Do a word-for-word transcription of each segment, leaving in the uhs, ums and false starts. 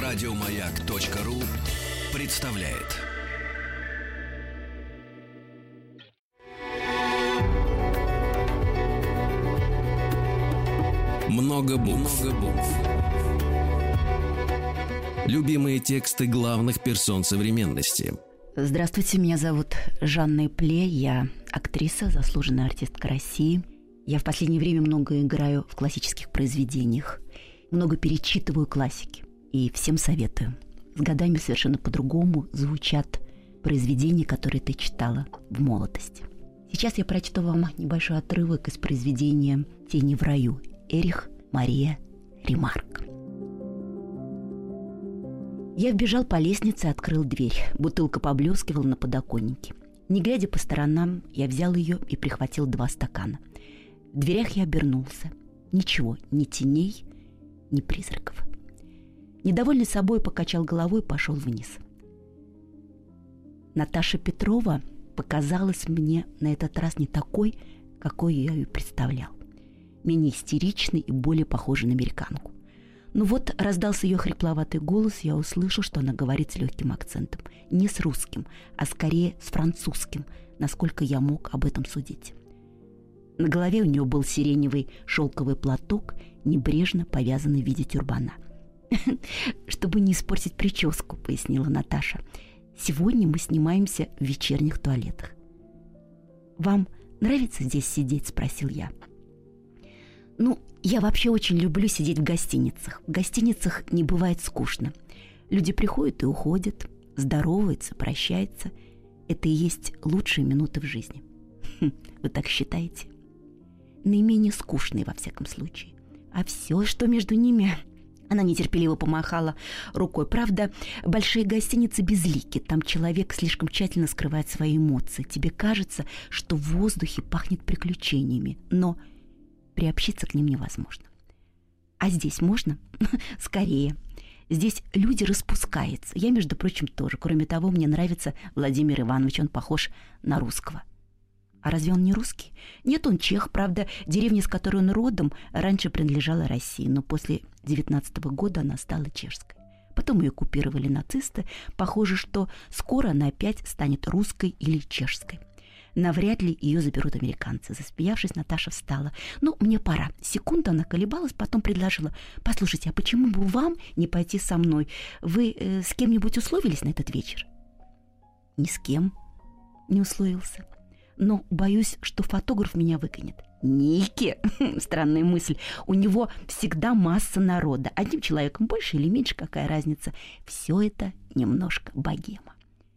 Радиомаяк.ру представляет. Много букв. Много букв. Любимые тексты главных персон современности. Здравствуйте, меня зовут Жанна Эпле, я актриса, заслуженная артистка России. Я в последнее время много играю в классических произведениях, много перечитываю классики и всем советую. С годами совершенно по-другому звучат произведения, которые ты читала в молодости. Сейчас я прочту вам небольшой отрывок из произведения «Тени в раю» Эрих Мария Ремарк. Я вбежал по лестнице и открыл дверь. Бутылка поблескивала на подоконнике. Не глядя по сторонам, я взял ее и прихватил два стакана. В дверях я обернулся. Ничего, ни теней, ни призраков. Недовольный собой покачал головой и пошел вниз. Наташа Петрова показалась мне на этот раз не такой, какой я ее представлял. Менее истеричной и более похожей на американку. Ну вот раздался ее хрипловатый голос, я услышал, что она говорит с легким акцентом. Не с русским, а скорее с французским, насколько я мог об этом судить. На голове у нее был сиреневый шелковый платок, небрежно повязанный в виде тюрбана. «Чтобы не испортить прическу», — пояснила Наташа. «Сегодня мы снимаемся в вечерних туалетах». «Вам нравится здесь сидеть?» — спросил я. «Ну, я вообще очень люблю сидеть в гостиницах. В гостиницах не бывает скучно. Люди приходят и уходят, здороваются, прощаются. Это и есть лучшие минуты в жизни». Хм, вы так считаете? Наименее скучные, во всяком случае. А все, что между ними... Она нетерпеливо помахала рукой. Правда, большие гостиницы безлики. Там человек слишком тщательно скрывает свои эмоции. Тебе кажется, что в воздухе пахнет приключениями. Но... приобщиться к ним невозможно. А здесь можно? Скорее. Здесь люди распускаются. Я, между прочим, тоже. Кроме того, мне нравится Владимир Иванович. Он похож на русского. А разве он не русский? Нет, он чех. Правда, деревня, с которой он родом, раньше принадлежала России. Но после девятнадцатого года она стала чешской. Потом ее оккупировали нацисты. Похоже, что скоро она опять станет русской или чешской. Навряд ли ее заберут американцы. Засмеявшись, Наташа встала. «Ну, мне пора». Секунду она колебалась, потом предложила. «Послушайте, а почему бы вам не пойти со мной? Вы э, с кем-нибудь условились на этот вечер?» «Ни с кем не условился. Но боюсь, что фотограф меня выгонит». «Ники!» Странная мысль. У него всегда масса народа. Одним человеком больше или меньше, какая разница? Все это немножко богема.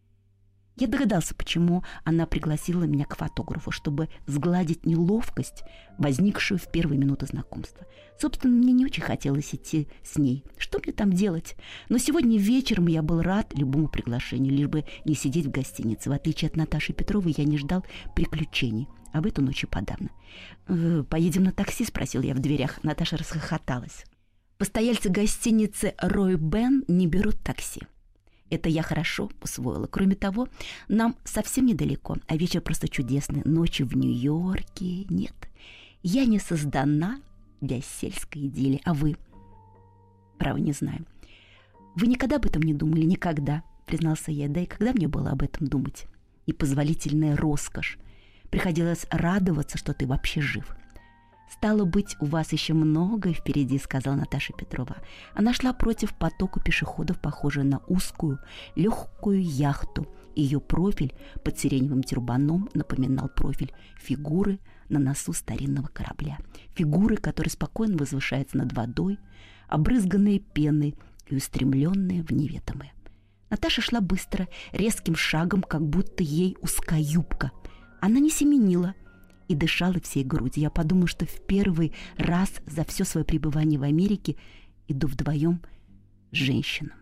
Я догадался, почему она пригласила меня к фотографу, чтобы сгладить неловкость, возникшую в первые минуты знакомства. Собственно, мне не очень хотелось идти с ней. Что мне там делать? Но сегодня вечером я был рад любому приглашению, лишь бы не сидеть в гостинице. В отличие от Наташи Петровой, я не ждал приключений. Об эту ночью подавно. «Поедем на такси?» – спросил я в дверях. Наташа расхохоталась. Постояльцы гостиницы «Рой Бен» не берут такси. Это я хорошо усвоила. Кроме того, нам совсем недалеко, а вечер просто чудесный. Ночью в Нью-Йорке. Нет, я не создана для сельской идиллии. А вы? Право, не знаю. Вы никогда об этом не думали? Никогда, признался я. Да и когда мне было об этом думать? Непозволительная роскошь. Приходилось радоваться, что ты вообще жив. «Стало быть, у вас еще многое впереди», — сказала Наташа Петрова. Она шла против потока пешеходов, похожая на узкую, легкую яхту. Ее профиль под сиреневым тюрбаном напоминал профиль фигуры на носу старинного корабля. Фигуры, которая спокойно возвышается над водой, обрызганные пеной и устремленные в неведомое. Наташа шла быстро, резким шагом, как будто ей узкая юбка. Она не семенила и дышала всей грудью. Я подумала, что в первый раз за все свое пребывание в Америке иду вдвоем с женщиной.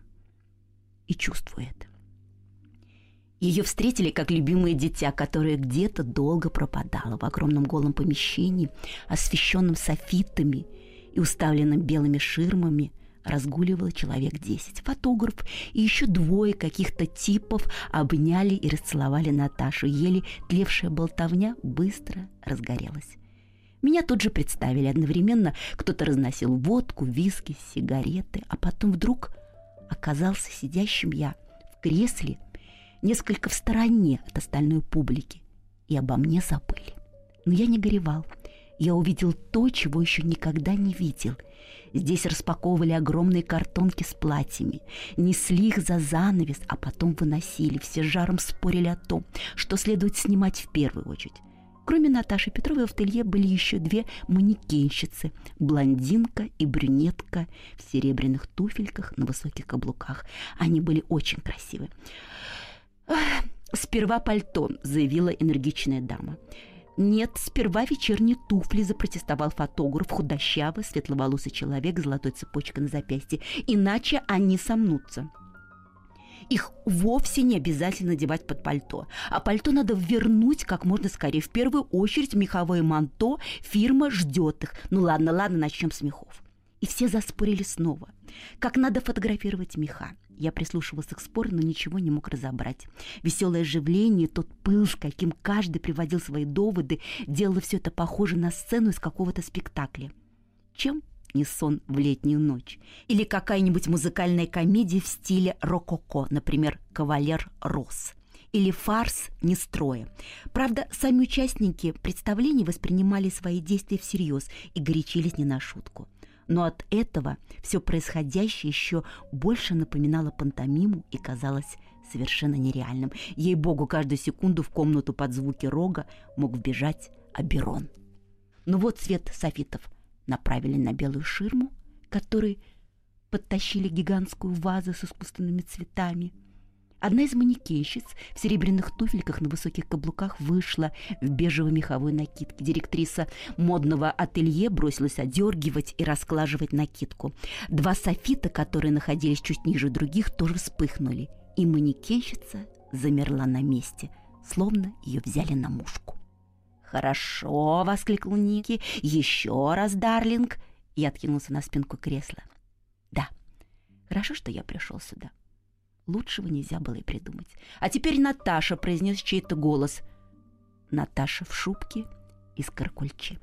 И чувствую это. Ее встретили как любимое дитя, которое где-то долго пропадало в огромном голом помещении, освещенном софитами и уставленном белыми ширмами. Разгуливало человек десять. Фотограф и еще двое каких-то типов обняли и расцеловали Наташу. Еле тлевшая болтовня быстро разгорелась. Меня тут же представили. Одновременно кто-то разносил водку, виски, сигареты, а потом вдруг оказался сидящим я в кресле, несколько в стороне от остальной публики, и обо мне забыли. Но я не горевал. Я увидел то, чего еще никогда не видел. Здесь распаковывали огромные картонки с платьями, несли их за занавес, а потом выносили. Все с жаром спорили о том, что следует снимать в первую очередь. Кроме Наташи Петровой в ателье были еще две манекенщицы, блондинка и брюнетка в серебряных туфельках на высоких каблуках. Они были очень красивы. «Сперва пальто», — заявила энергичная дама. «Нет, сперва вечерние туфли», — запротестовал фотограф, худощавый, светловолосый человек с золотой цепочкой на запястье. «Иначе они сомнутся. Их вовсе не обязательно надевать под пальто, а пальто надо вернуть как можно скорее. В первую очередь меховое манто, фирма ждет их. Ну ладно, ладно, начнем с мехов». И все заспорили снова. Как надо фотографировать меха. Я прислушивался к спору, но ничего не мог разобрать. Веселое оживление, тот пыл, с каким каждый приводил свои доводы, делало все это похоже на сцену из какого-то спектакля. Чем не сон в летнюю ночь? Или какая-нибудь музыкальная комедия в стиле рококо, например, «Кавалер Росс». Или фарс «Нестроя». Правда, сами участники представлений воспринимали свои действия всерьез и горячились не на шутку. Но от этого все происходящее еще больше напоминало пантомиму и казалось совершенно нереальным. Ей-богу, каждую секунду в комнату под звуки рога мог вбежать Оберон. Ну вот свет софитов направили на белую ширму, которой подтащили гигантскую вазу с искусственными цветами. Одна из манекенщиц в серебряных туфельках на высоких каблуках вышла в бежевой меховой накидке. Директриса модного ателье бросилась одергивать и расклаживать накидку. Два софита, которые находились чуть ниже других, тоже вспыхнули, и манекенщица замерла на месте, словно ее взяли на мушку. «Хорошо!» — воскликнул Ники. «Еще раз, Дарлинг!» И откинулся на спинку кресла. «Да, хорошо, что я пришел сюда. Лучшего нельзя было и придумать. А теперь Наташа», — произнес чей-то голос. Наташа в шубке из каракульчи.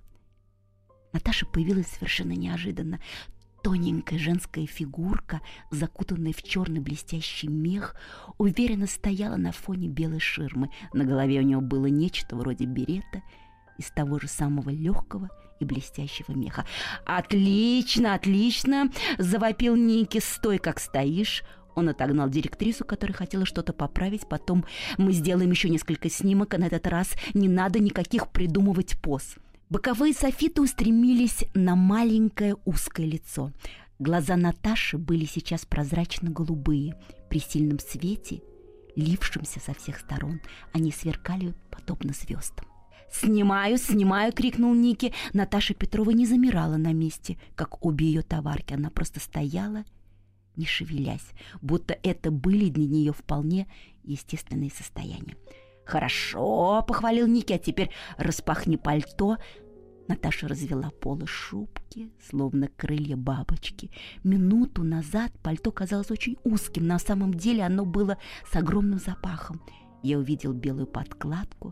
Наташа появилась совершенно неожиданно. Тоненькая женская фигурка, закутанная в черный блестящий мех, уверенно стояла на фоне белой ширмы. На голове у нее было нечто вроде берета из того же самого легкого и блестящего меха. «Отлично, отлично!» — завопил Ники. «Стой, как стоишь!» Он отогнал директрису, которая хотела что-то поправить. «Потом мы сделаем еще несколько снимок, а на этот раз не надо никаких придумывать поз». Боковые софиты устремились на маленькое узкое лицо. Глаза Наташи были сейчас прозрачно-голубые. При сильном свете, лившемся со всех сторон, они сверкали подобно звездам. «Снимаю, снимаю!» — крикнул Ники. Наташа Петрова не замирала на месте, как обе ее товарки. Она просто стояла, не шевелясь, будто это были для нее вполне естественные состояния. «Хорошо!» — похвалил Ники. «А теперь распахни пальто». Наташа развела полы шубки, словно крылья бабочки. Минуту назад пальто казалось очень узким. На самом деле оно было с огромным запахом. Я увидел белую подкладку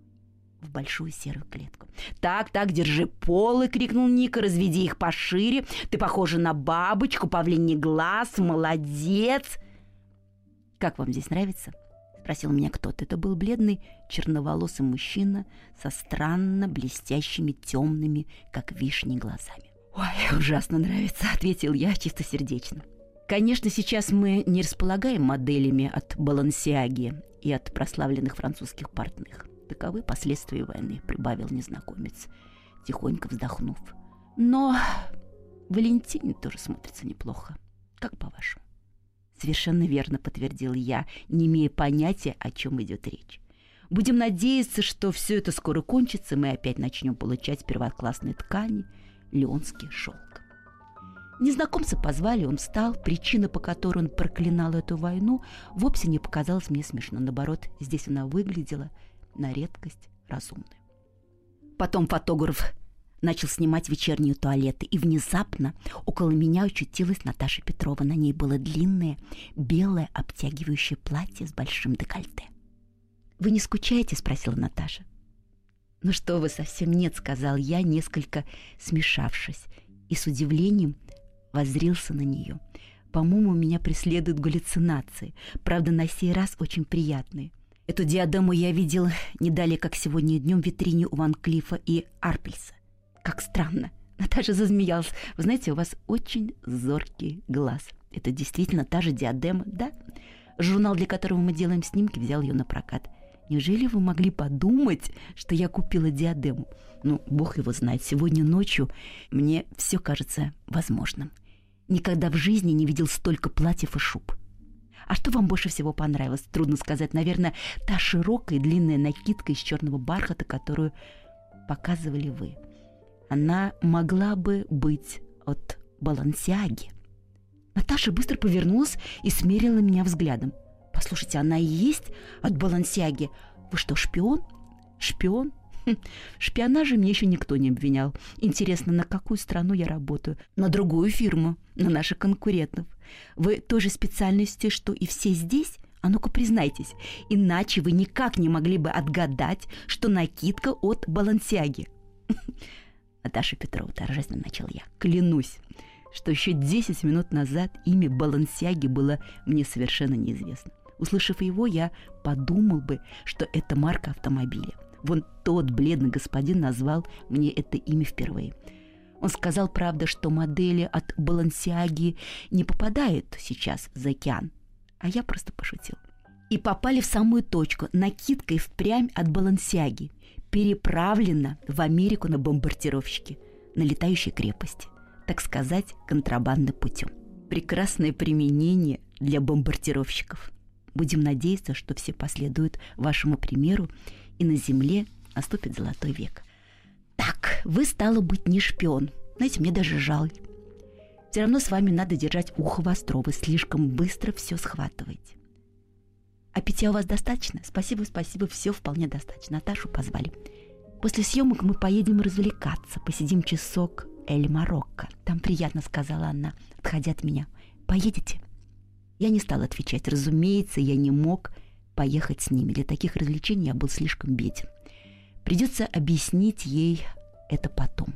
в большую серую клетку. «Так, так, держи полы!» — крикнул Ника. «Разведи их пошире. Ты похожа на бабочку, павлиний глаз. Молодец!» «Как вам здесь нравится?» — спросил меня кто-то. Это был бледный черноволосый мужчина со странно блестящими темными, как вишни, глазами. «Ой, ужасно нравится!» — ответил я чистосердечно. Конечно, сейчас мы не располагаем моделями от Балансиаги и от прославленных французских портных. Таковы последствия войны, прибавил незнакомец, тихонько вздохнув. Но Валентине тоже смотрится неплохо. Как по-вашему? Совершенно верно, подтвердил я, не имея понятия, о чем идет речь. Будем надеяться, что все это скоро кончится, мы опять начнем получать первоклассные ткани, леонский шелк. Незнакомца позвали, он встал. Причина, по которой он проклинал эту войну, вовсе не показалась мне смешно. Наоборот, здесь она выглядела на редкость разумной. Потом фотограф начал снимать вечерние туалеты, и внезапно около меня очутилась Наташа Петрова. На ней было длинное, белое, обтягивающее платье с большим декольте. «Вы не скучаете?» — спросила Наташа. «Ну что вы, совсем нет», — сказал я, несколько смешавшись, и с удивлением воззрился на нее. По-моему, меня преследуют галлюцинации. Правда, на сей раз очень приятные. Эту диадему я видел не далее, как сегодня днем в витрине у Ван Клифа и Арпельса. Как странно. Наташа засмеялась. Вы знаете, у вас очень зоркий глаз. Это действительно та же диадема, да? Журнал, для которого мы делаем снимки, взял ее на прокат. Неужели вы могли подумать, что я купила диадему? Ну, бог его знает, сегодня ночью мне все кажется возможным. Никогда в жизни не видел столько платьев и шуб. А что вам больше всего понравилось? Трудно сказать. Наверное, та широкая длинная накидка из черного бархата, которую показывали вы. Она могла бы быть от Балансиаги. Наташа быстро повернулась и смерила меня взглядом. Послушайте, она и есть от Балансиаги. Вы что, шпион? Шпион? Хм, шпионаже мне еще никто не обвинял. Интересно, на какую страну я работаю? На другую фирму, на наших конкурентов. Вы той же специальности, что и все здесь? А ну-ка признайтесь, иначе вы никак не могли бы отгадать, что накидка от Балансиаги. Наташа Петрова, торжественно начал я, клянусь, что еще десять минут назад имя Балансиаги было мне совершенно неизвестно. Услышав его, я подумал бы, что это марка автомобиля. Вон тот бледный господин назвал мне это имя впервые. Он сказал, правда, что модели от Балансиаги не попадают сейчас за океан. А я просто пошутил. И попали в самую точку. Накидка и впрямь от Балансиаги. Переправлена в Америку на бомбардировщике, на летающей крепости. Так сказать, контрабандным путем. Прекрасное применение для бомбардировщиков. Будем надеяться, что все последуют вашему примеру, и на земле наступит золотой век. Так, вы, стало быть, не шпион. Знаете, мне даже жаль. Все равно с вами надо держать ухо востро. Вы слишком быстро все схватываете. А питья у вас достаточно? Спасибо, спасибо, все вполне достаточно. Наташу позвали. После съемок мы поедем развлекаться. Посидим часок Эль Марокко. Там приятно, сказала она, отходя от меня. Поедете? Я не стала отвечать. Разумеется, я не мог поехать с ними. Для таких развлечений я был слишком беден. Придется объяснить ей это потом.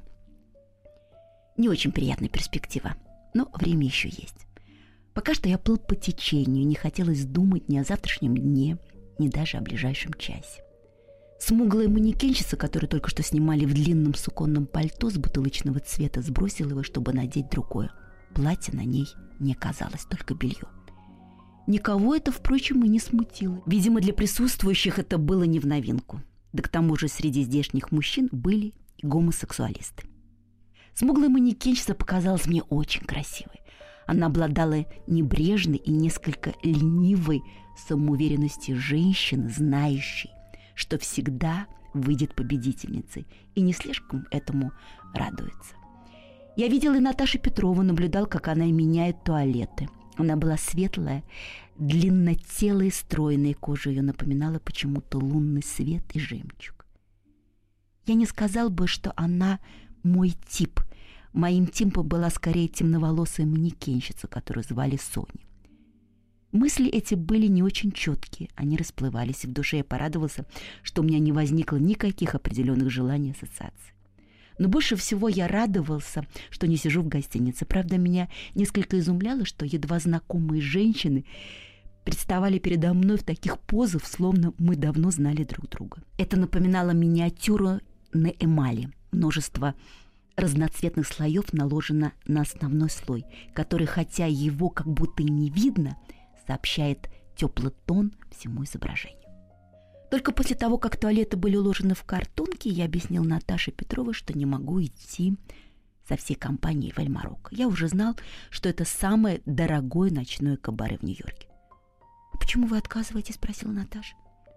Не очень приятная перспектива, но время еще есть. Пока что я плыл по течению, не хотелось думать ни о завтрашнем дне, ни даже о ближайшем часе. Смуглая манекенщица, которую только что снимали в длинном суконном пальто с бутылочного цвета, сбросила его, чтобы надеть другое. Платье на ней не оказалось, только белье. Никого это, впрочем, и не смутило. Видимо, для присутствующих это было не в новинку. Да к тому же среди здешних мужчин были и гомосексуалисты. Смуглая манекенщица показалась мне очень красивой. Она обладала небрежной и несколько ленивой самоуверенностью женщины, знающей, что всегда выйдет победительницей, и не слишком этому радуется. Я видел и Наташу Петрову, наблюдал, как она меняет туалеты. Она была светлая, длиннотелая, стройная, кожа ее напоминала почему-то лунный свет и жемчуг. Я не сказал бы, что она мой тип. Моим типом была скорее темноволосая манекенщица, которую звали Соня. Мысли эти были не очень четкие, они расплывались, и в душе я порадовался, что у меня не возникло никаких определенных желаний и ассоциаций. Но больше всего я радовался, что не сижу в гостинице. Правда, меня несколько изумляло, что едва знакомые женщины представали передо мной в таких позах, словно мы давно знали друг друга. Это напоминало миниатюру на эмали. Множество разноцветных слоев наложено на основной слой, который, хотя его как будто и не видно, сообщает теплый тон всему изображению. Только после того, как туалеты были уложены в картонки, я объяснил Наташе Петровой, что не могу идти со всей компанией в Эль Марокко. Я уже знал, что это самое дорогое ночное кабаре в Нью-Йорке. «Почему вы отказываетесь?» – спросила Наташа.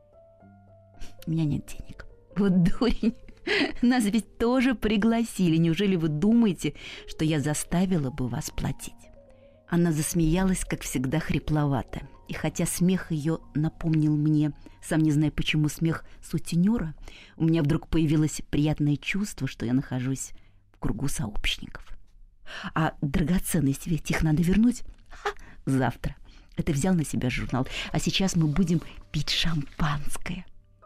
«У меня нет денег». «Вот дурень! Нас ведь тоже пригласили. Неужели вы думаете, что я заставила бы вас платить?» Она засмеялась, как всегда, хрипловато. И хотя смех ее напомнил мне, сам не знаю почему, смех сутенера, у меня вдруг появилось приятное чувство, что я нахожусь в кругу сообщников. «А драгоценности ведь их надо вернуть?» Ха, завтра. Это взял на себя журнал. А сейчас мы будем пить шампанское.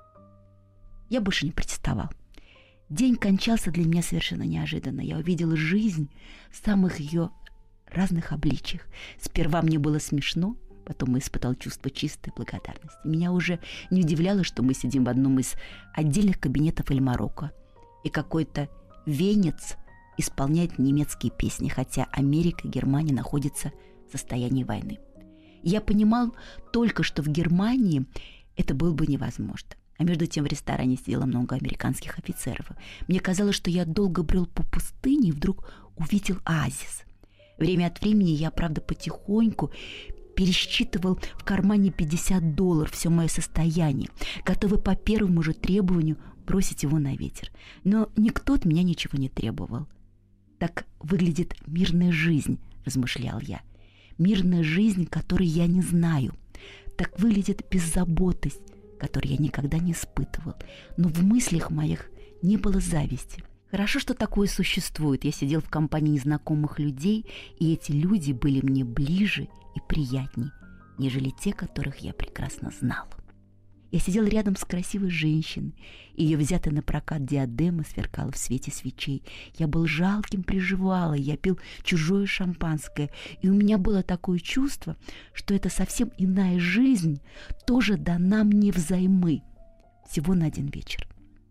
Я больше не протестовал. День кончался для меня совершенно неожиданно. Я увидела жизнь в самых ее разных обличиях. Сперва мне было смешно, потом я испытал чувство чистой благодарности. Меня уже не удивляло, что мы сидим в одном из отдельных кабинетов Эль-Марокко, и какой-то венец исполняет немецкие песни, хотя Америка и Германия находятся в состоянии войны. Я понимал только, что в Германии это было бы невозможно. А между тем в ресторане сидело много американских офицеров. Мне казалось, что я долго брел по пустыне и вдруг увидел оазис. Время от времени я, правда, потихоньку пересчитывал в кармане пятьдесят долларов, все мое состояние, готовый по первому же требованию бросить его на ветер. Но никто от меня ничего не требовал. Так выглядит мирная жизнь, размышлял я. Мирная жизнь, которой я не знаю. Так выглядит беззаботность, которую я никогда не испытывал. Но в мыслях моих не было зависти. Хорошо, что такое существует. Я сидел в компании незнакомых людей, и эти люди были мне ближе и приятней, нежели те, которых я прекрасно знал. Я сидел рядом с красивой женщиной, ее взятая на прокат диадема сверкала в свете свечей. Я был жалким приживалой, я пил чужое шампанское, и у меня было такое чувство, что это совсем иная жизнь, тоже дана мне взаймы, всего на один вечер.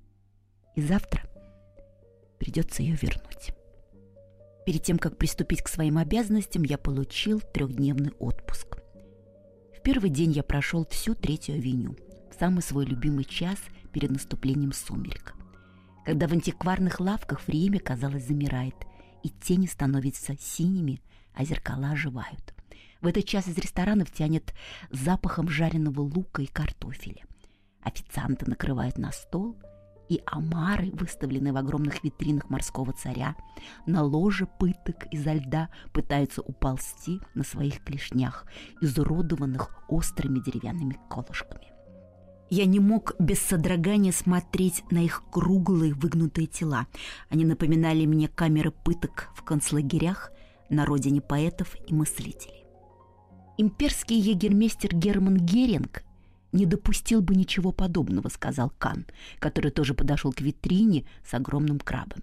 И завтра придется ее вернуть. Перед тем, как приступить к своим обязанностям, я получил трехдневный отпуск. В первый день я прошел всю Третью авеню, в самый свой любимый час перед наступлением сумерек, когда в антикварных лавках время, казалось, замирает, и тени становятся синими, а зеркала оживают. В этот час из ресторанов тянет запахом жареного лука и картофеля. Официанты накрывают на стол, и омары, выставленные в огромных витринах морского царя, на ложе пыток изо льда пытаются уползти на своих клешнях, изуродованных острыми деревянными колышками. Я не мог без содрогания смотреть на их круглые выгнутые тела. Они напоминали мне камеры пыток в концлагерях на родине поэтов и мыслителей. Имперский егермейстер Герман Геринг не допустил бы ничего подобного, сказал Кан, который тоже подошел к витрине с огромным крабом.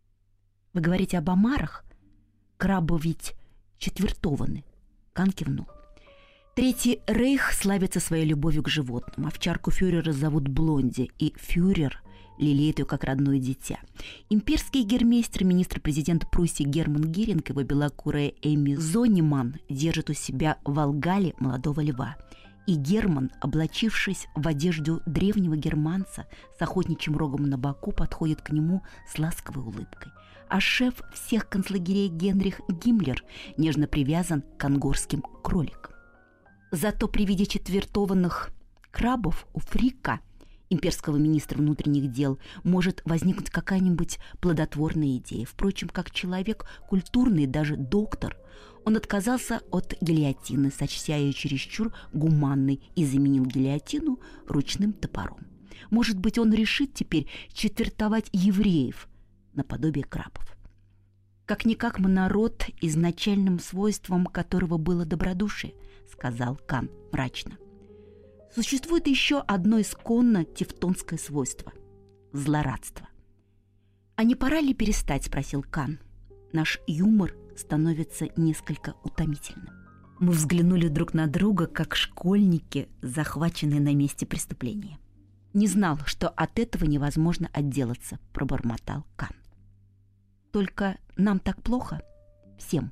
Вы говорите об омарах? Крабы ведь четвертованы. Кан кивнул. Третий рейх славится своей любовью к животным. Овчарку фюрера зовут Блонди, и фюрер лелеет ее как родное дитя. Имперский гермейстер, министр-президент Пруссии Герман Геринг и его белокурая Эми Зоннеман держат у себя в Алгале молодого льва. И Герман, облачившись в одежду древнего германца с охотничьим рогом на боку, подходит к нему с ласковой улыбкой. А шеф всех концлагерей Генрих Гиммлер нежно привязан к ангорским кроликам. Зато при виде четвертованных крабов у Фрика, имперского министра внутренних дел, может возникнуть какая-нибудь плодотворная идея. Впрочем, как человек культурный, даже доктор, он отказался от гильотины, сочтя ее чересчур гуманной, и заменил гильотину ручным топором. Может быть, он решит теперь четвертовать евреев наподобие крабов. Как-никак мы народ, изначальным свойством которого было добродушие, сказал Кан мрачно. Существует еще одно исконно тевтонское свойство – злорадство. «А не пора ли перестать?» – спросил Кан. Наш юмор становится несколько утомительным. Мы взглянули друг на друга, как школьники, захваченные на месте преступления. «Не знал, что от этого невозможно отделаться», – пробормотал Кан. «Только нам так плохо? Всем?»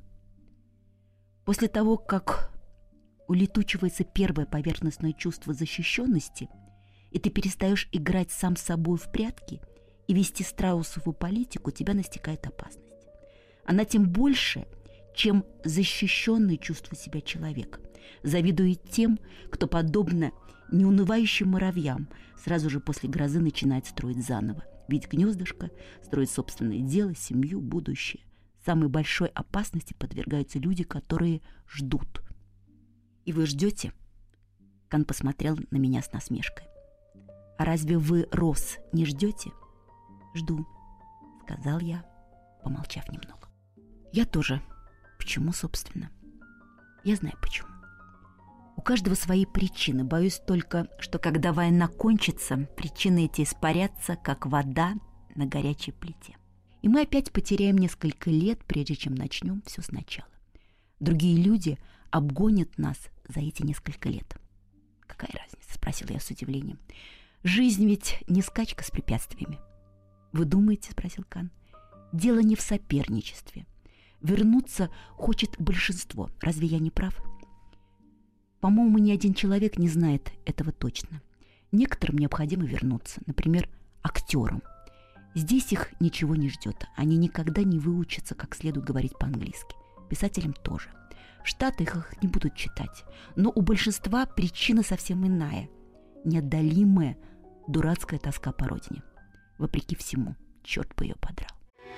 После того, как улетучивается первое поверхностное чувство защищенности, и ты перестаешь играть сам с собой в прятки и вести страусову политику, тебя настигает опасность. Она тем больше, чем защищенное чувство себя человека. Завидует тем, кто, подобно неунывающим муравьям, сразу же после грозы начинает строить заново. Ведь гнездышко, строить собственное дело, семью, будущее. Самой большой опасности подвергаются люди, которые ждут. «И вы ждете?» Кан посмотрел на меня с насмешкой. «А разве вы, Росс, не ждете?» «Жду», — сказал я, помолчав немного. «Я тоже. Почему, собственно?» «Я знаю, почему. У каждого свои причины. Боюсь только, что когда война кончится, причины эти испарятся, как вода на горячей плите. И мы опять потеряем несколько лет, прежде чем начнем все сначала. Другие люди обгонят нас за эти несколько лет. «Какая разница?» – спросила я с удивлением. «Жизнь ведь не скачка с препятствиями». «Вы думаете?» – спросил Кан. «Дело не в соперничестве. Вернуться хочет большинство. Разве я не прав?» «По-моему, ни один человек не знает этого точно. Некоторым необходимо вернуться, например, актерам. Здесь их ничего не ждет. Они никогда не выучатся как следует говорить по-английски. Писателям тоже. В Штатах их не будут читать. Но у большинства причина совсем иная. Неотдалимая дурацкая тоска по родине. Вопреки всему, черт бы ее подрал».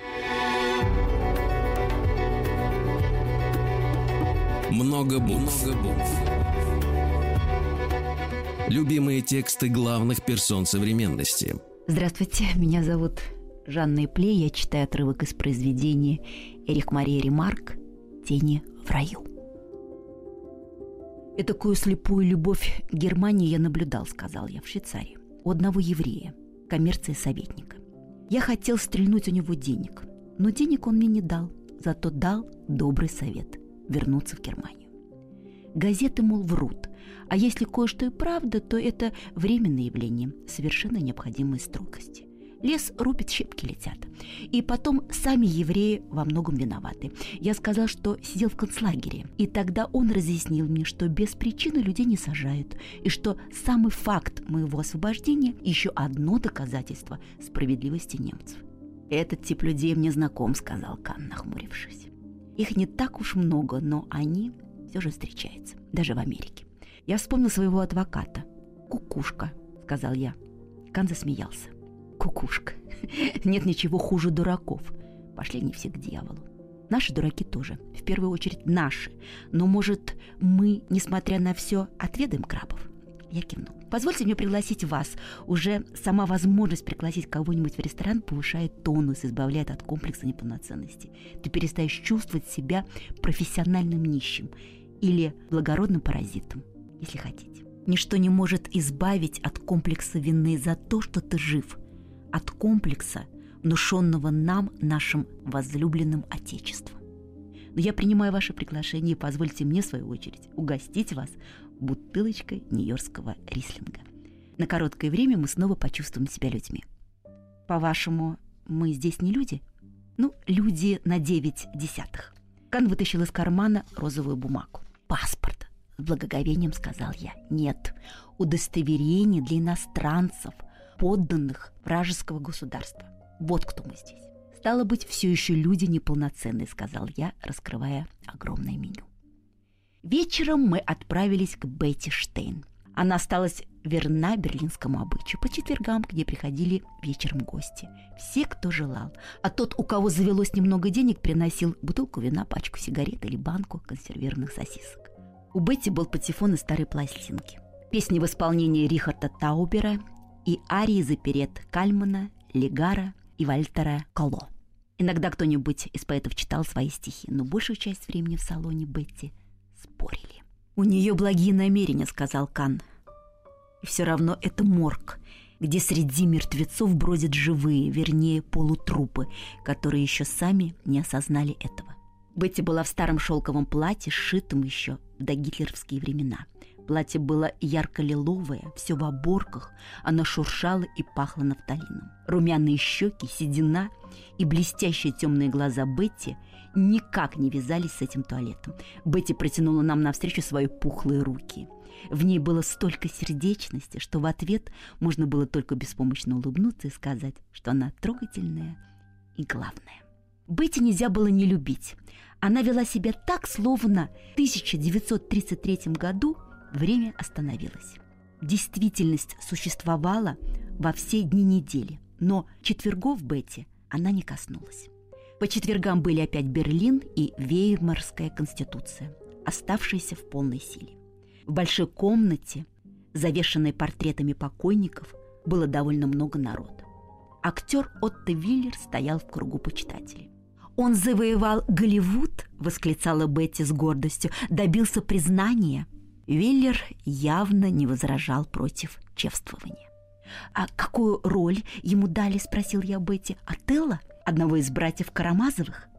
Много букв. Много букв. Любимые тексты главных персон современности. Здравствуйте, меня зовут Жанна Эпле. Я читаю отрывок из произведения Эрих Мария Ремарк «Тени в раю». «Этакую слепую любовь к Германии я наблюдал», — сказал я, — «в Швейцарии, у одного еврея, коммерции советника. Я хотел стрельнуть у него денег, но денег он мне не дал, зато дал добрый совет — вернуться в Германию. Газеты, мол, врут, а если кое-что и правда, то это временное явление, совершенно необходимой строгости. Лес рубит, щепки летят. И потом сами евреи во многом виноваты. Я сказал, что сидел в концлагере, и тогда он разъяснил мне, что без причины людей не сажают, и что самый факт моего освобождения – еще одно доказательство справедливости немцев». «Этот тип людей мне знаком», – сказал Кан, нахмурившись. «Их не так уж много, но они все же встречаются, даже в Америке. Я вспомнил своего адвоката. Кукушка», – сказал я. Кан засмеялся. «Кукушка. Нет ничего хуже дураков. Пошли они все к дьяволу. Наши дураки тоже. В первую очередь наши. Но, может, мы, несмотря на все, отведаем крабов?» Я кивнул. «Позвольте мне пригласить вас. Уже сама возможность пригласить кого-нибудь в ресторан повышает тонус, избавляет от комплекса неполноценности. Ты перестаешь чувствовать себя профессиональным нищим или благородным паразитом, если хотите. Ничто не может избавить от комплекса вины за то, что ты жив, от комплекса, внушенного нам нашим возлюбленным Отечеством. Но я принимаю ваше приглашение и позвольте мне, в свою очередь, угостить вас бутылочкой нью-йоркского рислинга. На короткое время мы снова почувствуем себя людьми. По-вашему, мы здесь не люди? Ну, люди на девять десятых». Кан вытащил из кармана розовую бумагу. «Паспорт», — с благоговением сказал я. «Нет, удостоверение для иностранцев, подданных вражеского государства. Вот кто мы здесь». «Стало быть, все еще люди неполноценные», — сказал я, раскрывая огромное меню. Вечером мы отправились к Бетти Штейн. Она осталась верна берлинскому обычаю по четвергам, где приходили вечером гости. Все, кто желал. А тот, у кого завелось немного денег, приносил бутылку вина, пачку сигарет или банку консервированных сосисок. У Бетти был патефон из старой пластинки. Песни в исполнении Рихарда Таубера и арии из оперет Кальмана, Легара и Вальтера Коло. Иногда кто-нибудь из поэтов читал свои стихи, но большую часть времени в салоне Бетти спорили. «У нее благие намерения», — сказал Кан. «И все равно это морг, где среди мертвецов бродят живые, вернее, полутрупы, которые еще сами не осознали этого». Бетти была в старом шелковом платье, сшитом еще в догитлеровские времена. Платье было ярко-лиловое, все в оборках, оно шуршало и пахло нафталином. Румяные щеки, седина и блестящие темные глаза Бетти никак не вязались с этим туалетом. Бетти протянула нам навстречу свои пухлые руки. В ней было столько сердечности, что в ответ можно было только беспомощно улыбнуться и сказать, что она трогательная и главная. Бетти нельзя было не любить. Она вела себя так, словно в тысяча девятьсот тридцать третьем году время остановилось. Действительность существовала во все дни недели, но четвергов Бетти она не коснулась. По четвергам были опять Берлин и Веймарская конституция, оставшиеся в полной силе. В большой комнате, завешенной портретами покойников, было довольно много народа. Актер Отто Виллер стоял в кругу почитателей. «Он завоевал Голливуд», — восклицала Бетти с гордостью, — «добился признания». Виллер явно не возражал против чествования. «А какую роль ему дали?» — спросил я Бетти. «Отелло? Одного из братьев Карамазовых?»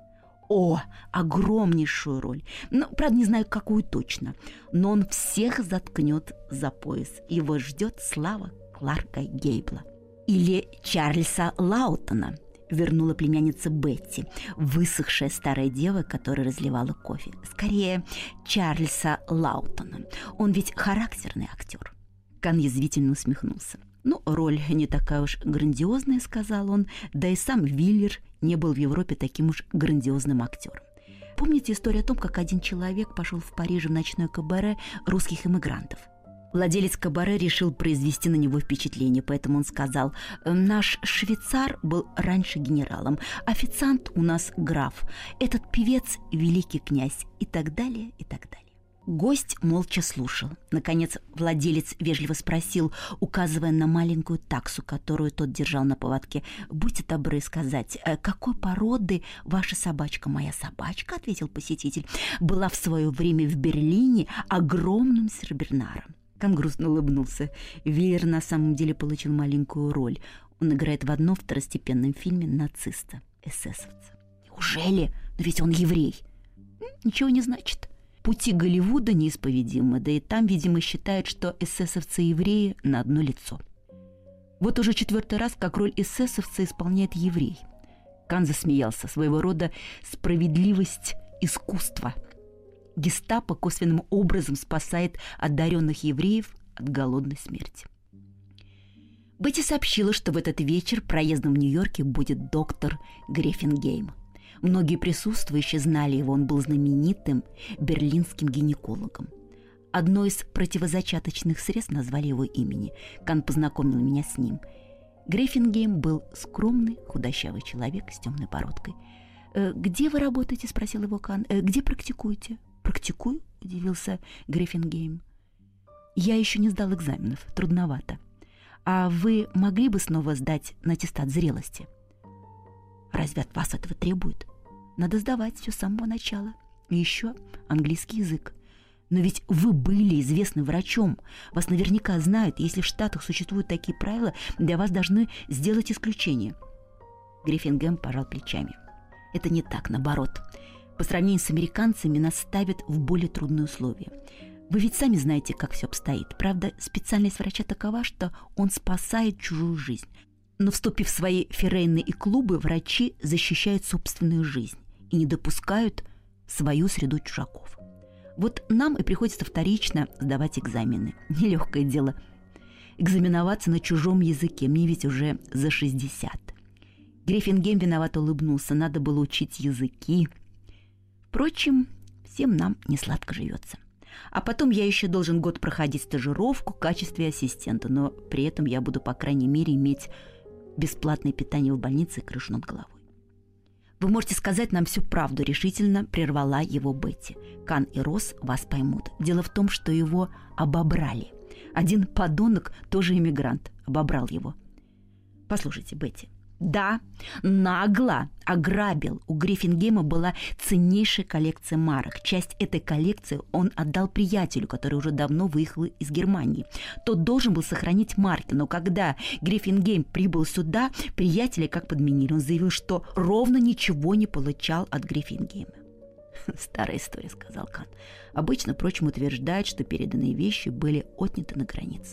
О, огромнейшую роль. Ну, правда, не знаю, какую точно. Но он всех заткнет за пояс. Его ждет слава Кларка Гейбла. Или Чарльза Лаутона, вернула племянница Бетти, высохшая старая дева, которая разливала кофе. Скорее, Чарльза Лаутона. Он ведь характерный актер. Кан язвительно усмехнулся. «Ну, роль не такая уж грандиозная», — сказал он, да и сам Виллер не был в Европе таким уж грандиозным актером. Помните историю о том, как один человек пошел в Париже в ночное кабаре русских эмигрантов? Владелец кабаре решил произвести на него впечатление, поэтому он сказал: «Наш швейцар был раньше генералом, официант у нас граф, этот певец великий князь» и так далее, и так далее. Гость молча слушал. Наконец владелец вежливо спросил, указывая на маленькую таксу, которую тот держал на поводке: «Будьте добры сказать, какой породы ваша собачка?» «Моя собачка», — ответил посетитель, «была в свое время в Берлине огромным сербернаром». Кан грустно улыбнулся. Виллер на самом деле получил маленькую роль. Он играет в одном второстепенном фильме нациста, эсэсовца. Неужели? Но ведь он еврей. Ничего не значит. Пути Голливуда неисповедимы, да и там, видимо, считают, что эсэсовцы и евреи на одно лицо. Вот уже четвертый раз, как роль эсэсовца исполняет еврей. Кан засмеялся. Своего рода справедливость искусства. Гестапо косвенным образом спасает одаренных евреев от голодной смерти. Бетти сообщила, что в этот вечер проездом в Нью-Йорке будет доктор Греффингейм. Многие присутствующие знали его, он был знаменитым берлинским гинекологом. Одно из противозачаточных средств назвали его имени. Кан познакомил меня с ним. Греффингейм был скромный, худощавый человек с темной бородкой. «Э, «Где вы работаете?» – спросил его Кан. «Э, «Где практикуете?» «Практикую?» – удивился Греффингейм. «Я еще не сдал экзаменов, трудновато. А вы могли бы снова сдать на аттестат зрелости?» «Разве от вас этого требуют? Надо сдавать все с самого начала. И еще английский язык. Но ведь вы были известным врачом. Вас наверняка знают. Если в Штатах существуют такие правила, для вас должны сделать исключение». Греффингейм пожал плечами. «Это не так, наоборот. По сравнению с американцами нас ставят в более трудные условия. Вы ведь сами знаете, как все обстоит. Правда, специальность врача такова, что он спасает чужую жизнь. Но, вступив в свои феррейны и клубы, врачи защищают собственную жизнь и не допускают в свою среду чужаков. Вот нам и приходится вторично сдавать экзамены. Нелегкое дело экзаменоваться на чужом языке. Мне ведь уже за шестьдесят. Греффингейм виновато улыбнулся. Надо было учить языки. Впрочем, всем нам не сладко живется. А потом я еще должен год проходить стажировку в качестве ассистента, но при этом я буду, по крайней мере, иметь бесплатное питание в больнице и крышу над головой. «Вы можете сказать нам всю правду», — решительно прервала его Бетти. «Кан и Росс вас поймут. Дело в том, что его обобрали. Один подонок, тоже иммигрант, обобрал его». «Послушайте, Бетти». «Да, нагло ограбил. У Греффингейма была ценнейшая коллекция марок. Часть этой коллекции он отдал приятелю, который уже давно выехал из Германии. Тот должен был сохранить марки, но когда Греффингейм прибыл сюда, приятеля как подменили. Он заявил, что ровно ничего не получал от Греффингейма». «Старая история», — сказал Кан. «Обычно, впрочем, утверждают, что переданные вещи были отняты на границе».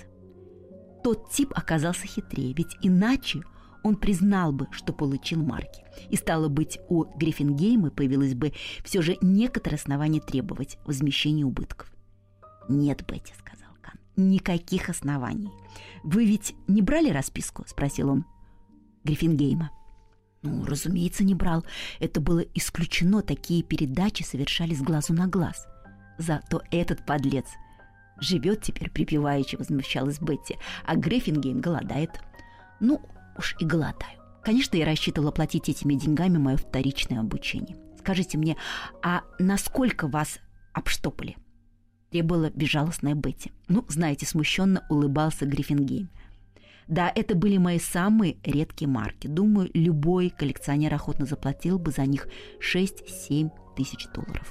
Тот тип оказался хитрее, ведь иначе он признал бы, что получил марки. И, стало быть, у Греффингейма появилось бы все же некоторое основание требовать возмещения убытков. «Нет, Бетти», — сказал Кан, — «никаких оснований. Вы ведь не брали расписку?» — спросил он Греффингейма. «Ну, разумеется, не брал. Это было исключено. Такие передачи совершались с глазу на глаз. Зато этот подлец живет теперь припеваючи», — возмущалась Бетти, «а Греффингейм голодает». «Ну, уж и голодаю. Конечно, я рассчитывала платить этими деньгами мое вторичное обучение. Скажите мне, а насколько вас обштопали?» Требовала безжалостная Бетти. «Ну, знаете», — смущенно улыбался Греффингейм. «Да, это были мои самые редкие марки. Думаю, любой коллекционер охотно заплатил бы за них шесть-семь тысяч долларов».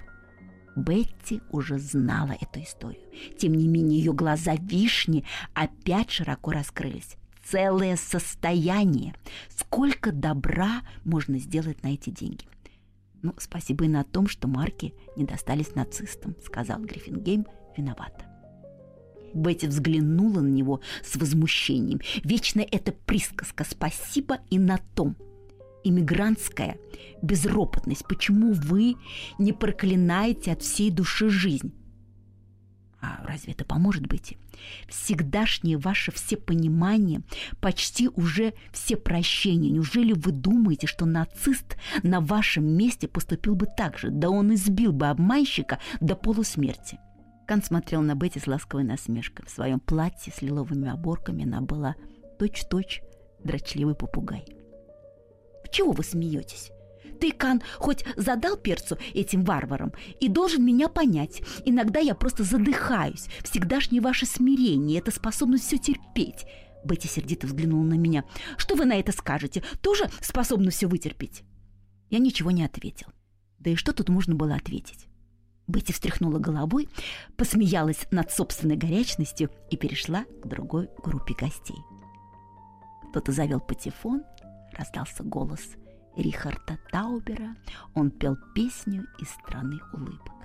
Бетти уже знала эту историю. Тем не менее, ее глаза вишни опять широко раскрылись. Целое состояние. Сколько добра можно сделать на эти деньги? «Ну, спасибо и на том, что марки не достались нацистам», — сказал Гриффингейм виновато. Бетти взглянула на него с возмущением. Вечно эта присказка «спасибо и на том». Иммигрантская безропотность. Почему вы не проклинаете от всей души жизнь? А разве это поможет, Бетти? Всегдашнее ваше всепонимание, почти уже все прощения. Неужели вы думаете, что нацист на вашем месте поступил бы так же? Да он избил бы обманщика до полусмерти. Кан смотрел на Бетти с ласковой насмешкой. В своем платье с лиловыми оборками она была точь-в-точь дрочливый попугай. Чего вы смеетесь? Ты, Кан, хоть задал перцу этим варварам и должен меня понять. Иногда я просто задыхаюсь. Всегдашнее ваше смирение, это способность все терпеть. Бетти сердито взглянула на меня. Что вы на это скажете? Тоже способны все вытерпеть? Я ничего не ответил. Да и что тут можно было ответить? Бетти встряхнула головой, посмеялась над собственной горячностью и перешла к другой группе гостей. Кто-то завел патефон, раздался голос Рихарда Таубера. Он пел песню из «Страны улыбок».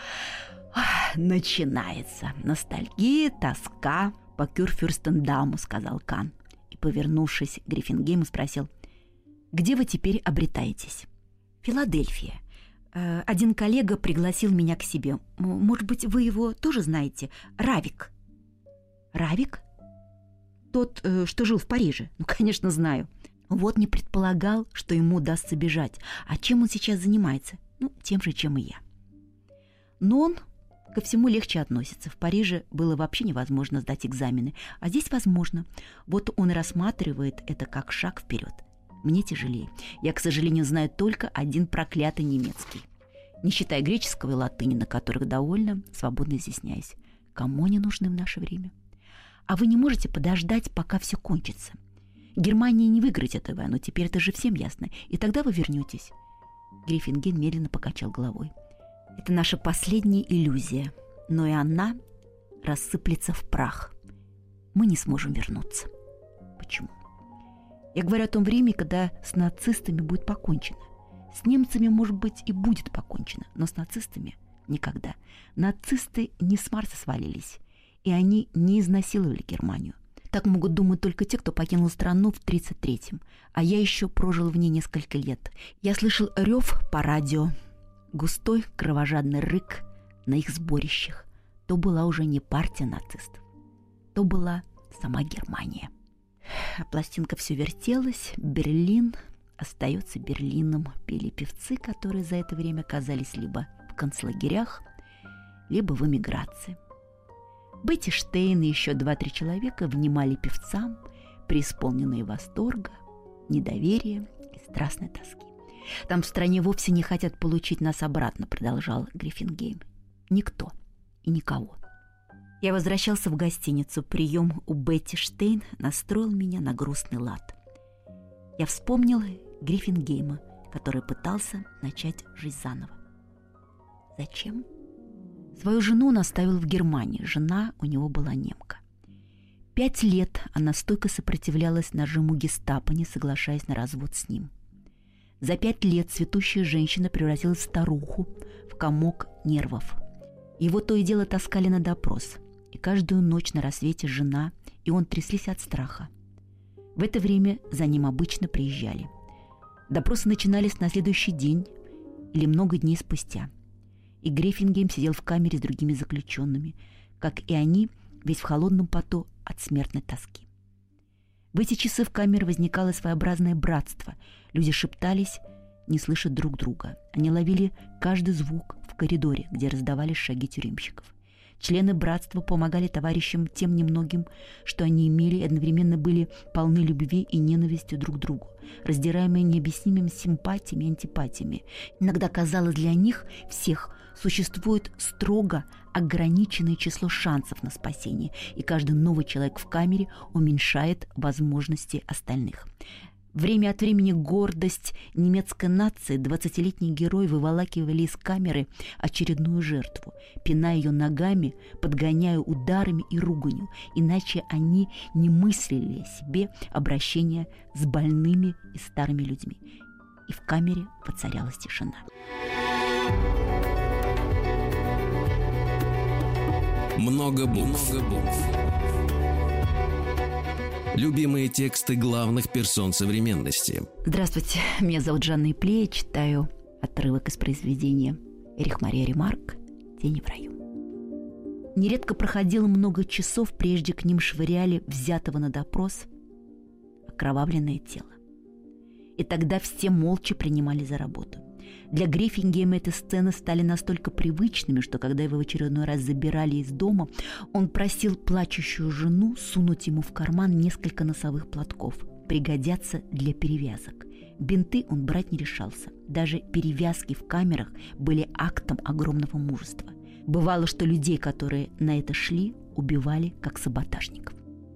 «Начинается ностальгия, тоска по Кюрфюрстендаму», — сказал Кан. И, повернувшись к Гриффингейму, спросил: «Где вы теперь обретаетесь?» «Филадельфия. Один коллега пригласил меня к себе. Может быть, вы его тоже знаете? Равик». «Равик? Тот, что жил в Париже?» «Ну, конечно, знаю». Вот не предполагал, что ему удастся бежать. А чем он сейчас занимается? Ну, тем же, чем и я. Но он ко всему легче относится. В Париже было вообще невозможно сдать экзамены, а здесь возможно. Вот он и рассматривает это как шаг вперед. Мне тяжелее. Я, к сожалению, знаю только один проклятый немецкий. Не считая греческого и латыни, на которых довольно свободно изъясняюсь. Кому они нужны в наше время? А вы не можете подождать, пока все кончится? Германии не выиграть эту войну, теперь это же всем ясно. И тогда вы вернетесь. Гриффингейм медленно покачал головой. Это наша последняя иллюзия, но и она рассыплется в прах. Мы не сможем вернуться. Почему? Я говорю о том времени, когда с нацистами будет покончено. С немцами, может быть, и будет покончено, но с нацистами никогда. Нацисты не с Марса свалились, и они не изнасиловали Германию. Так могут думать только те, кто покинул страну в тридцать третьем, а я еще прожил в ней несколько лет. Я слышал рев по радио, густой кровожадный рык на их сборищах. То была уже не партия нацистов, то была сама Германия. А пластинка все вертелась, Берлин остается Берлином, пели певцы, которые за это время оказались либо в концлагерях, либо в эмиграции. Бетти Штейн и еще два-три человека внимали певцам, преисполненные восторга, недоверия и страстной тоски. «Там в стране вовсе не хотят получить нас обратно», — продолжал Гриффингейм. «Никто и никого». Я возвращался в гостиницу. Прием у Бетти Штейн настроил меня на грустный лад. Я вспомнил Гриффингейма, который пытался начать жизнь заново. Зачем? Свою жену он оставил в Германии. Жена у него была немка. Пять лет она стойко сопротивлялась нажиму гестапо, не соглашаясь на развод с ним. За пять лет цветущая женщина превратилась в старуху, в комок нервов. Его то и дело таскали на допрос. И каждую ночь на рассвете жена и он тряслись от страха. В это время за ним обычно приезжали. Допросы начинались на следующий день или много дней спустя. И Гриффингейм сидел в камере с другими заключенными, как и они, весь в холодном поту от смертной тоски. В эти часы в камере возникало своеобразное братство. Люди шептались, не слыша друг друга. Они ловили каждый звук в коридоре, где раздавались шаги тюремщиков. Члены братства помогали товарищам тем немногим, что они имели, и одновременно были полны любви и ненависти друг к другу, раздираемые необъяснимыми симпатиями и антипатиями. Иногда казалось, для них всех существует строго ограниченное число шансов на спасение, и каждый новый человек в камере уменьшает возможности остальных. Время от времени гордость немецкой нации двадцатилетние герои выволакивали из камеры очередную жертву, пиная ее ногами, подгоняя ударами и руганью, иначе они не мыслили себе обращения с больными и старыми людьми. и в камере воцарялась тишина. Много букв. Много букв. Любимые тексты главных персон современности. Здравствуйте, меня зовут Жанна Иплея, читаю отрывок из произведения Эрих Мария Ремарк «Тени в раю». Нередко проходило много часов, прежде к ним швыряли взятого на допрос окровавленное тело. И тогда все молча принимали за работу. Для Гриффингема эти сцены стали настолько привычными, что когда его в очередной раз забирали из дома, он просил плачущую жену сунуть ему в карман несколько носовых платков. Пригодятся для перевязок. Бинты он брать не решался. Даже перевязки в камерах были актом огромного мужества. Бывало, что людей, которые на это шли, убивали как саботажников.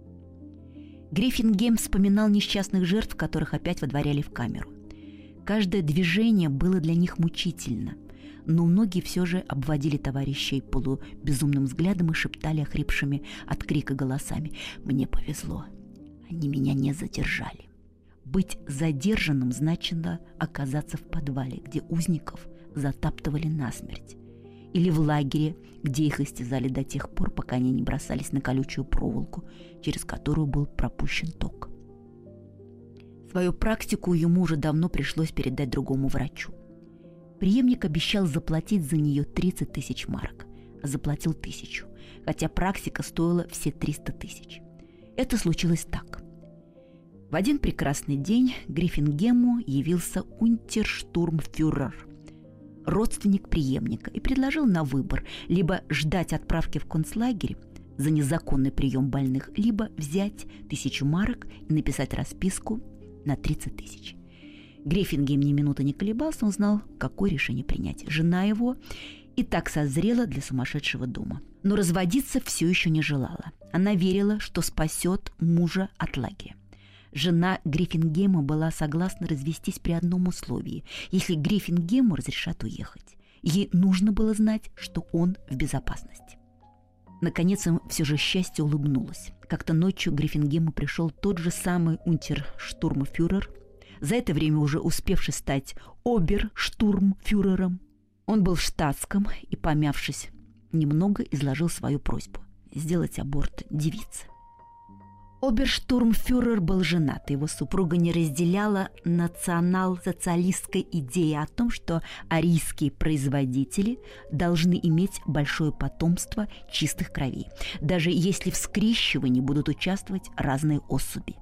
Гриффингем вспоминал несчастных жертв, которых опять водворяли в камеру. Каждое движение было для них мучительно, но многие все же обводили товарищей полубезумным взглядом и шептали охрипшими от крика голосами: «Мне повезло, они меня не задержали». Быть задержанным значило оказаться в подвале, где узников затаптывали насмерть, или в лагере, где их истязали до тех пор, пока они не бросались на колючую проволоку, через которую был пропущен ток. Свою практику ему уже давно пришлось передать другому врачу. Преемник обещал заплатить за нее тридцать тысяч марок, а заплатил тысячу, хотя практика стоила все триста тысяч. Это случилось так. В один прекрасный день Гриффингему явился унтерштурмфюрер, родственник преемника, и предложил на выбор либо ждать отправки в концлагерь за незаконный прием больных, либо взять тысячу марок и написать расписку на тридцать тысяч. Гриффингем ни минуты не колебался, он знал, какое решение принять. Жена его и так созрела для сумасшедшего дома. Но разводиться все еще не желала. Она верила, что спасет мужа от лагеря. Жена Гриффингема была согласна развестись при одном условии: если Гриффингему разрешат уехать. Ей нужно было знать, что он в безопасности. Наконец им все же счастье улыбнулось. Как-то ночью к Гриффингему пришел тот же самый унтерштурмфюрер, за это время уже успевший стать оберштурмфюрером. Он был в штатском и, помявшись немного, изложил свою просьбу – сделать аборт девице. Оберштурмфюрер был женат, его супруга не разделяла национал-социалистской идеи о том, что арийские производители должны иметь большое потомство чистых кровей, даже если в скрещивании будут участвовать разные особи.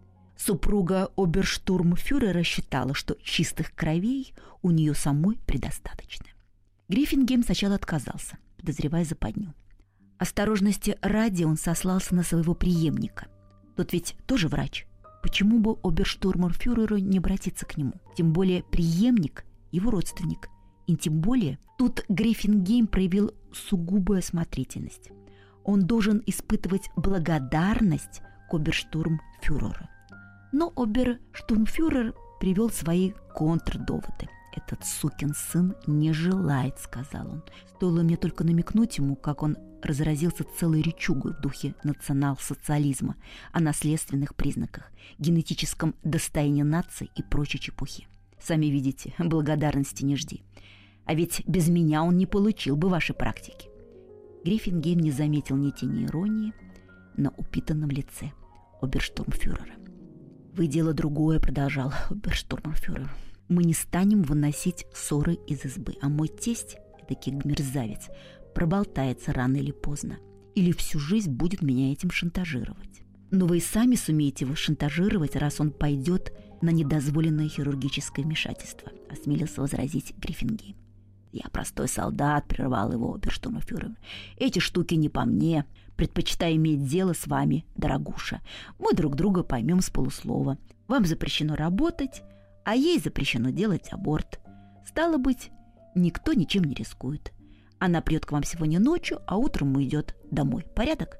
Супруга оберштурмфюрера считала, что чистых кровей у нее самой предостаточно. Гриффингем сначала отказался, подозревая западню. Осторожности ради он сослался на своего преемника. Тот ведь тоже врач. Почему бы оберштурмфюреру не обратиться к нему? Тем более преемник – его родственник. И тем более тут Гриффингем проявил сугубую осмотрительность. Он должен испытывать благодарность к оберштурмфюреру. Но оберштурмфюрер привел свои контрдоводы. «Этот сукин сын не желает», — сказал он. Стоило мне только намекнуть ему, как он разразился целой речугой в духе национал-социализма о наследственных признаках, генетическом достоянии нации и прочей чепухе. Сами видите, благодарности не жди. А ведь без меня он не получил бы вашей практики. Гриффингем не заметил ни тени иронии на упитанном лице оберштурмфюрера. «Вы дело другое», — продолжал оберштурмфюрер. «Мы не станем выносить ссоры из избы, а мой тесть, эдакий мерзавец, проболтается рано или поздно, или всю жизнь будет меня этим шантажировать. Но вы и сами сумеете его шантажировать, раз он пойдет на недозволенное хирургическое вмешательство», — осмелился возразить Гриффингем. «Я простой солдат», — прервал его оберштурмфюрер. «Эти штуки не по мне. Предпочитаю иметь дело с вами, дорогуша. Мы друг друга поймем с полуслова. Вам запрещено работать, а ей запрещено делать аборт. Стало быть, никто ничем не рискует. Она придет к вам сегодня ночью, а утром уйдет домой. Порядок?»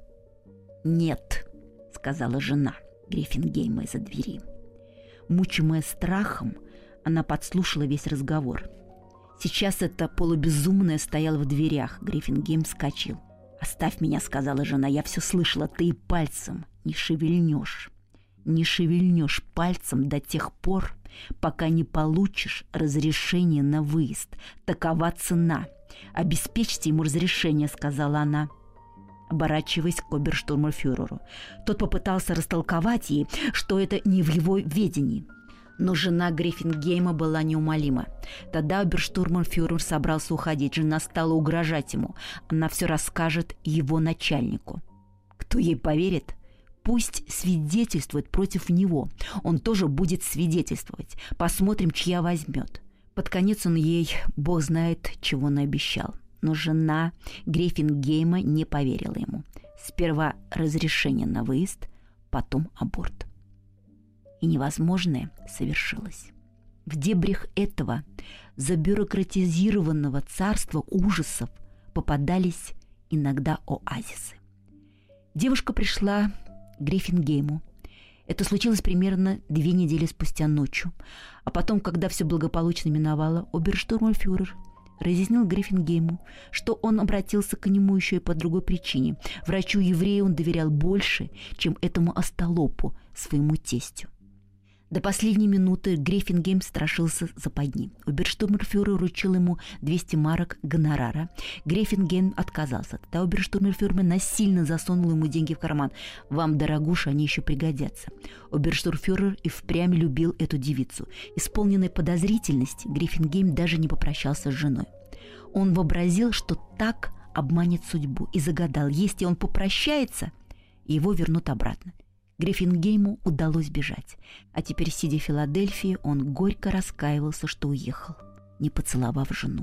«Нет», — сказала жена Гриффингема из-за двери. Мучимая страхом, она подслушала весь разговор. Сейчас эта полубезумная стояла в дверях. Гриффингем вскочил. «Оставь меня», — сказала жена, — «я все слышала, ты и пальцем не шевельнешь. Не шевельнешь пальцем до тех пор, пока не получишь разрешение на выезд. Такова цена. Обеспечьте ему разрешение», — сказала она, оборачиваясь к оберштурмфюреру. Тот попытался растолковать ей, что это не в его ведении. Но жена Гриффингейма была неумолима. Тогда оберштурмфюрер собрался уходить. Жена стала угрожать ему. Она все расскажет его начальнику. Кто ей поверит? Пусть свидетельствует против него. Он тоже будет свидетельствовать. Посмотрим, чья возьмет. Под конец он ей, бог знает, чего наобещал. Но жена Гриффингейма не поверила ему. Сперва разрешение на выезд, потом аборт. И невозможное совершилось. В дебрях этого забюрократизированного царства ужасов попадались иногда оазисы. Девушка пришла к Гриффингейму. Это случилось примерно две недели спустя ночью. А потом, когда все благополучно миновало, оберштурмфюрер разъяснил Гриффингейму, что он обратился к нему еще и по другой причине. Врачу-еврею он доверял больше, чем этому остолопу, своему тестю. До последней минуты Гриффингейм страшился западни. Оберштурмфюрер вручил ему двести марок гонорара. Гриффингейм отказался. Тогда оберштурмфюрер насильно засунул ему деньги в карман. «Вам, дорогуша, они еще пригодятся». Оберштурмфюрер и впрямь любил эту девицу. Исполненной подозрительности, Гриффингейм даже не попрощался с женой. Он вообразил, что так обманет судьбу, и загадал, если он попрощается, его вернут обратно. Гриффингейму удалось бежать. А теперь, сидя в Филадельфии, он горько раскаивался, что уехал, не поцеловав жену.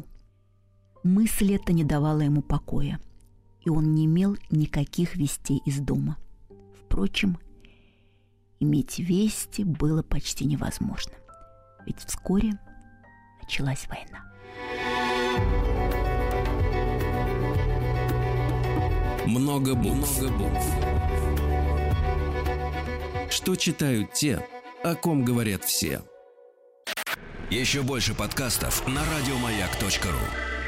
Мысль эта не давала ему покоя, и он не имел никаких вестей из дома. Впрочем, иметь вести было почти невозможно, ведь вскоре началась война. Много букв. Много букв. Что читают те, о ком говорят все. Еще больше подкастов на радиомаяк точка ру.